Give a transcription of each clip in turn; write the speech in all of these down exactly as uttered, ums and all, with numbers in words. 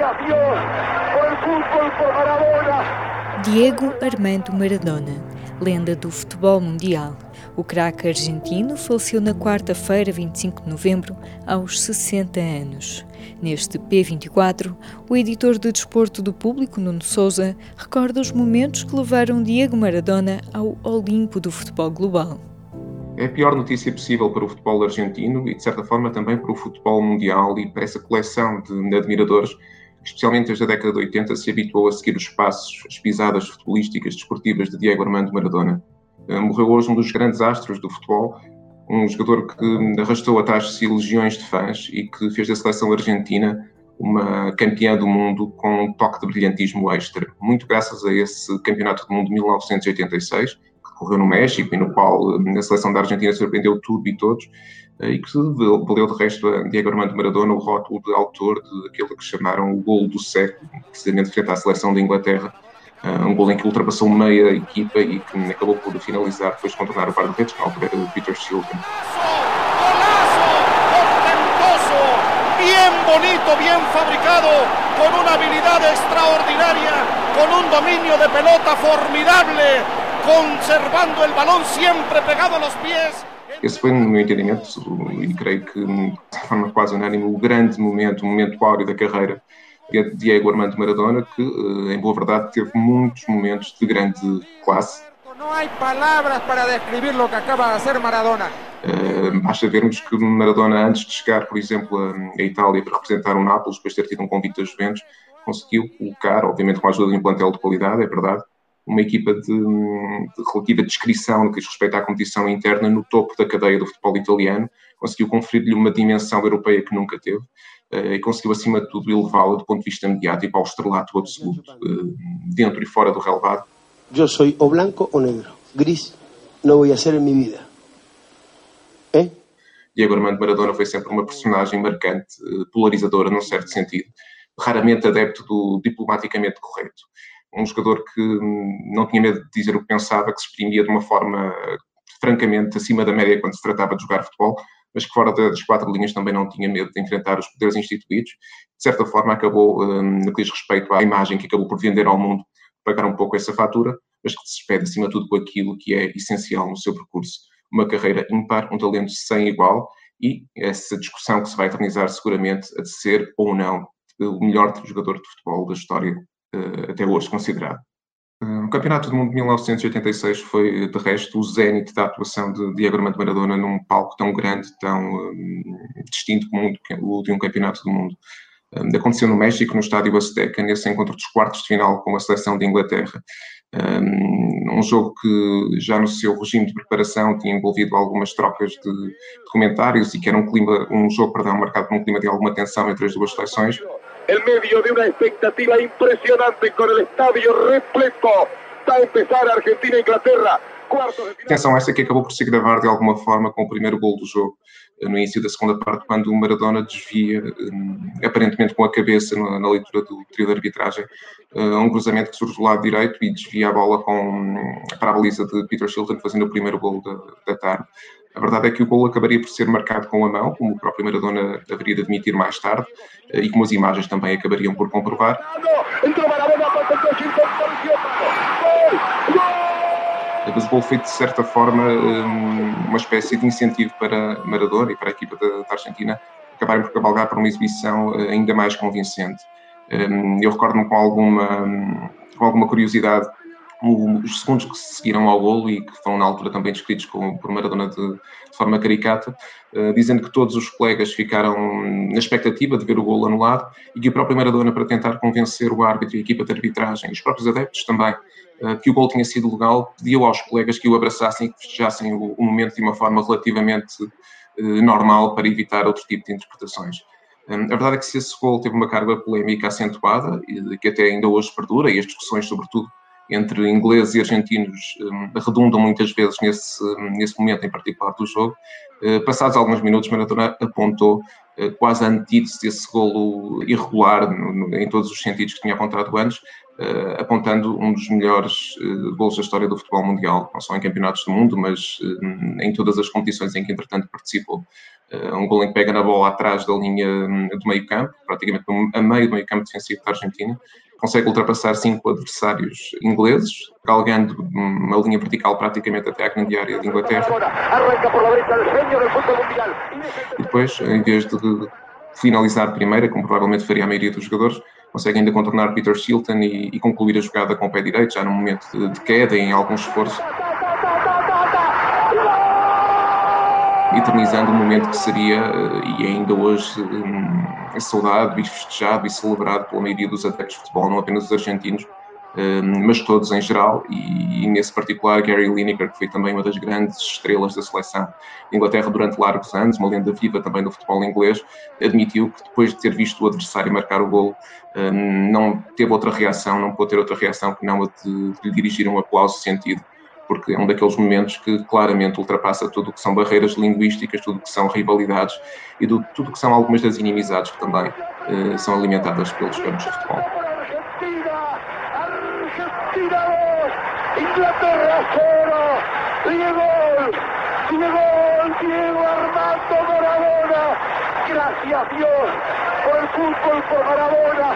pasión por el fútbol, por Maradona. Diego Armando Maradona, lenda do futebol mundial. O craque argentino faleceu na quarta-feira, vinte e cinco de novembro, aos sessenta anos. Neste P vinte e quatro, o editor de desporto do Público, Nuno Sousa, recorda os momentos que levaram Diego Maradona ao Olimpo do futebol global. É a pior notícia possível para o futebol argentino e, de certa forma, também para o futebol mundial e para essa coleção de admiradores que, especialmente desde a década de oitenta, se habituou a seguir os passos, as pisadas futebolísticas desportivas de Diego Armando Maradona. Morreu hoje um dos grandes astros do futebol, um jogador que arrastou atrás de si legiões de fãs e que fez da seleção argentina uma campeã do mundo com um toque de brilhantismo extra. Muito graças a esse campeonato do mundo de mil novecentos e oitenta e seis, que correu no México e no qual a seleção da Argentina surpreendeu tudo e todos, e que valeu de resto a Diego Armando Maradona o rótulo de autor daquilo que chamaram o golo do século, precisamente frente à seleção da Inglaterra. Uh, um gol em que ultrapassou meia equipa e que acabou por finalizar depois de contornar o guarda-redes, que na altura era o Peter Shilton. Golazo, portentoso, bien bonito, bien fabricado, con una habilidad extraordinaria, con un dominio de pelota formidable, conservando el balón siempre pegado a los pies. Esse foi, no meu entendimento, e creio que de forma quase unânime, o grande momento, o momento áureo da carreira de Diego Armando Maradona, que, em boa verdade, teve muitos momentos de grande classe. Não há palavras para descrever o que acaba de ser Maradona. Uh, basta vermos que Maradona, antes de chegar, por exemplo, à Itália para representar o Nápoles, depois de ter tido um convite da Juventus, conseguiu colocar, obviamente com a ajuda de um plantel de qualidade, é verdade, uma equipa de, de relativa descrição no que diz respeito à competição interna no topo da cadeia do futebol italiano, conseguiu conferir-lhe uma dimensão europeia que nunca teve, Uh, e conseguiu, acima de tudo, elevá-la do ponto de vista mediático ao estrelato absoluto, uh, dentro e fora do relevado. Eu sou ou branco ou negro. Gris não vou ser em minha vida. É? Diego Armando Maradona foi sempre uma personagem marcante, uh, polarizadora, num certo sentido, raramente adepto do diplomaticamente correto. Um jogador que um, não tinha medo de dizer o que pensava, que se exprimia de uma forma uh, francamente acima da média quando se tratava de jogar futebol, mas que fora das quatro linhas também não tinha medo de enfrentar os poderes instituídos. De certa forma, acabou, no que diz respeito à imagem que acabou por vender ao mundo, pagar um pouco essa fatura, mas que se despede, acima de tudo, com aquilo que é essencial no seu percurso. Uma carreira ímpar, um talento sem igual e essa discussão que se vai eternizar seguramente a de ser ou não o melhor jogador de futebol da história até hoje considerado. O Campeonato do Mundo de mil novecentos e oitenta e seis foi, de resto, o zénite da atuação de Diego Armando Maradona num palco tão grande, tão um, distinto como o de um Campeonato do Mundo. Um, aconteceu no México, no estádio Azteca, nesse encontro dos quartos de final com a seleção de Inglaterra. Um, um jogo que, já no seu regime de preparação, tinha envolvido algumas trocas de, de comentários e que era um, clima, um jogo perdão, marcado por um clima de alguma tensão entre as duas seleções. En medio de una expectativa impresionante con el estadio repleto, va a empezar Argentina-Inglaterra. Atenção essa que acabou por se gravar de alguma forma com o primeiro gol do jogo, no início da segunda parte, quando o Maradona desvia, um, aparentemente com a cabeça na, na leitura do trio de arbitragem, uh, um cruzamento que surge do lado direito e desvia a bola com, um, para a baliza de Peter Shilton, fazendo o primeiro gol da, da tarde. A verdade é que o gol acabaria por ser marcado com a mão, como o próprio Maradona haveria de admitir mais tarde, e como as imagens também acabariam por comprovar. Mas o gol foi, de certa forma, uma espécie de incentivo para Maradona e para a equipa da Argentina acabarem por cavalgar para uma exibição ainda mais convincente. Eu recordo-me com alguma, com alguma curiosidade os segundos que se seguiram ao golo e que foram na altura também descritos com, por Maradona de, de forma caricata, uh, dizendo que todos os colegas ficaram na expectativa de ver o golo anulado e que o próprio Maradona, para tentar convencer o árbitro e a equipa de arbitragem, e os próprios adeptos também, uh, que o golo tinha sido legal, pediu aos colegas que o abraçassem e que festejassem o, o momento de uma forma relativamente uh, normal para evitar outro tipo de interpretações. Um, a verdade é que se esse golo teve uma carga polémica acentuada e que até ainda hoje perdura, e as discussões, sobretudo, entre ingleses e argentinos um, redundam muitas vezes nesse, nesse momento em particular do jogo. Uh, passados alguns minutos, Maradona apontou uh, quase a antítese desse golo irregular no, no, em todos os sentidos que tinha apontado antes, uh, apontando um dos melhores uh, golos da história do futebol mundial, não só em campeonatos do mundo, mas uh, em todas as competições em que, entretanto, participou. Uh, um gol em que pega na bola atrás da linha do meio-campo, praticamente a meio do meio-campo defensivo da Argentina, consegue ultrapassar cinco adversários ingleses, galgando uma linha vertical praticamente até à grande área de Inglaterra. E depois, em vez de finalizar a primeira, como provavelmente faria a maioria dos jogadores, consegue ainda contornar Peter Shilton e, e concluir a jogada com o pé direito, já num momento de, de queda, em algum esforço, eternizando um momento que seria, e ainda hoje, um, saudado e festejado e celebrado pela maioria dos adeptos de futebol, não apenas os argentinos, um, mas todos em geral, e, e nesse particular Gary Lineker, que foi também uma das grandes estrelas da seleção de Inglaterra durante largos anos, uma lenda viva também do futebol inglês, admitiu que depois de ter visto o adversário marcar o golo, um, não teve outra reação, não pôde ter outra reação que não a de, de lhe dirigir um aplauso sentido, porque é um daqueles momentos que claramente ultrapassa tudo o que são barreiras linguísticas, tudo o que são rivalidades e do, tudo o que são algumas das inimizades que também uh, são alimentadas pelos campos de futebol. Inglaterra cero, Diego, Diego, Diego Armando Maradona, gracias Dios por el fútbol, por Maradona.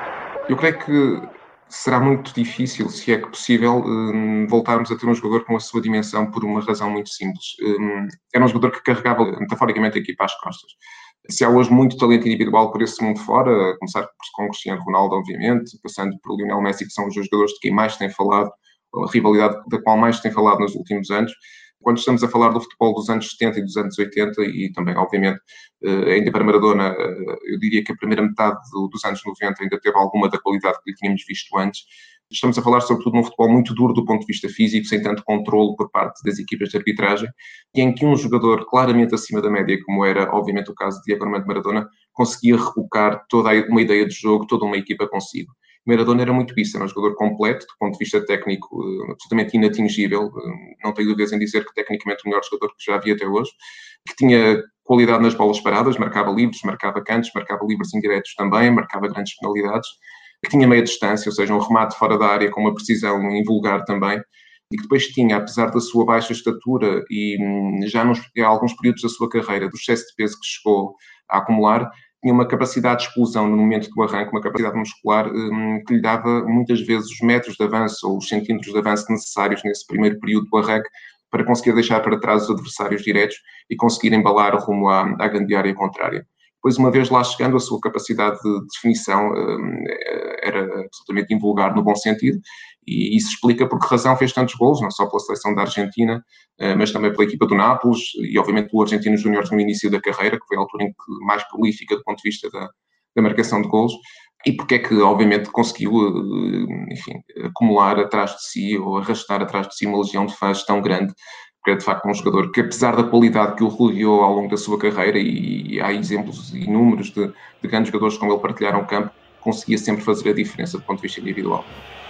Eu creio que será muito difícil, se é que possível, voltarmos a ter um jogador com a sua dimensão por uma razão muito simples. Era um jogador que carregava metaforicamente a equipa às costas. Se há hoje muito talento individual por esse mundo fora, a começar com Cristiano Ronaldo, obviamente, passando por Lionel Messi, que são os jogadores de quem mais tem falado, a rivalidade da qual mais tem falado nos últimos anos. Quando estamos a falar do futebol dos anos setenta e dos anos oitenta, e também, obviamente, ainda para Maradona, eu diria que a primeira metade dos anos noventa ainda teve alguma da qualidade que lhe tínhamos visto antes. Estamos a falar, sobretudo, num futebol muito duro do ponto de vista físico, sem tanto controle por parte das equipas de arbitragem, e em que um jogador claramente acima da média, como era, obviamente, o caso de Diego Armando Maradona, conseguia rebocar toda uma ideia de jogo, toda uma equipa consigo. Maradona era muito isso, era um jogador completo, do ponto de vista técnico, absolutamente inatingível, não tenho dúvidas em dizer que tecnicamente o melhor jogador que já havia até hoje, que tinha qualidade nas bolas paradas, marcava livres, marcava cantos, marcava livres indiretos também, marcava grandes penalidades, que tinha meia distância, ou seja, um remate fora da área com uma precisão invulgar também, e que depois tinha, apesar da sua baixa estatura e já nos, em alguns períodos da sua carreira, do excesso de peso que chegou a acumular, tinha uma capacidade de explosão no momento do arranque, uma capacidade muscular um, que lhe dava muitas vezes os metros de avanço ou os centímetros de avanço necessários nesse primeiro período do arranque para conseguir deixar para trás os adversários diretos e conseguir embalar rumo à, à grande área contrária. Depois, uma vez lá chegando, a sua capacidade de definição um, era absolutamente invulgar no bom sentido, e isso explica por que razão fez tantos golos, não só pela seleção da Argentina, mas também pela equipa do Nápoles e, obviamente, pelo Argentino Júnior no início da carreira, que foi a altura em que mais prolífica do ponto de vista da, da marcação de golos, e porque é que, obviamente, conseguiu, enfim, acumular atrás de si ou arrastar atrás de si uma legião de fãs tão grande, porque é, de facto, um jogador que, apesar da qualidade que o rodeou ao longo da sua carreira, e há exemplos inúmeros de, de grandes jogadores com ele partilharam o campo, conseguia sempre fazer a diferença do ponto de vista individual.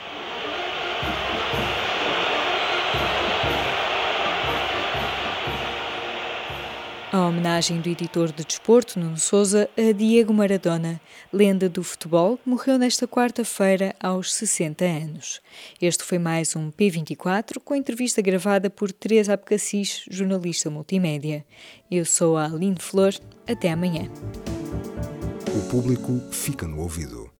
A homenagem do editor de desporto, Nuno Sousa, a Diego Maradona, lenda do futebol, que morreu nesta quarta-feira aos sessenta anos. Este foi mais um P vinte e quatro, com entrevista gravada por Teresa Abcacis, jornalista multimédia. Eu sou a Aline Flor. Até amanhã. O público fica no ouvido.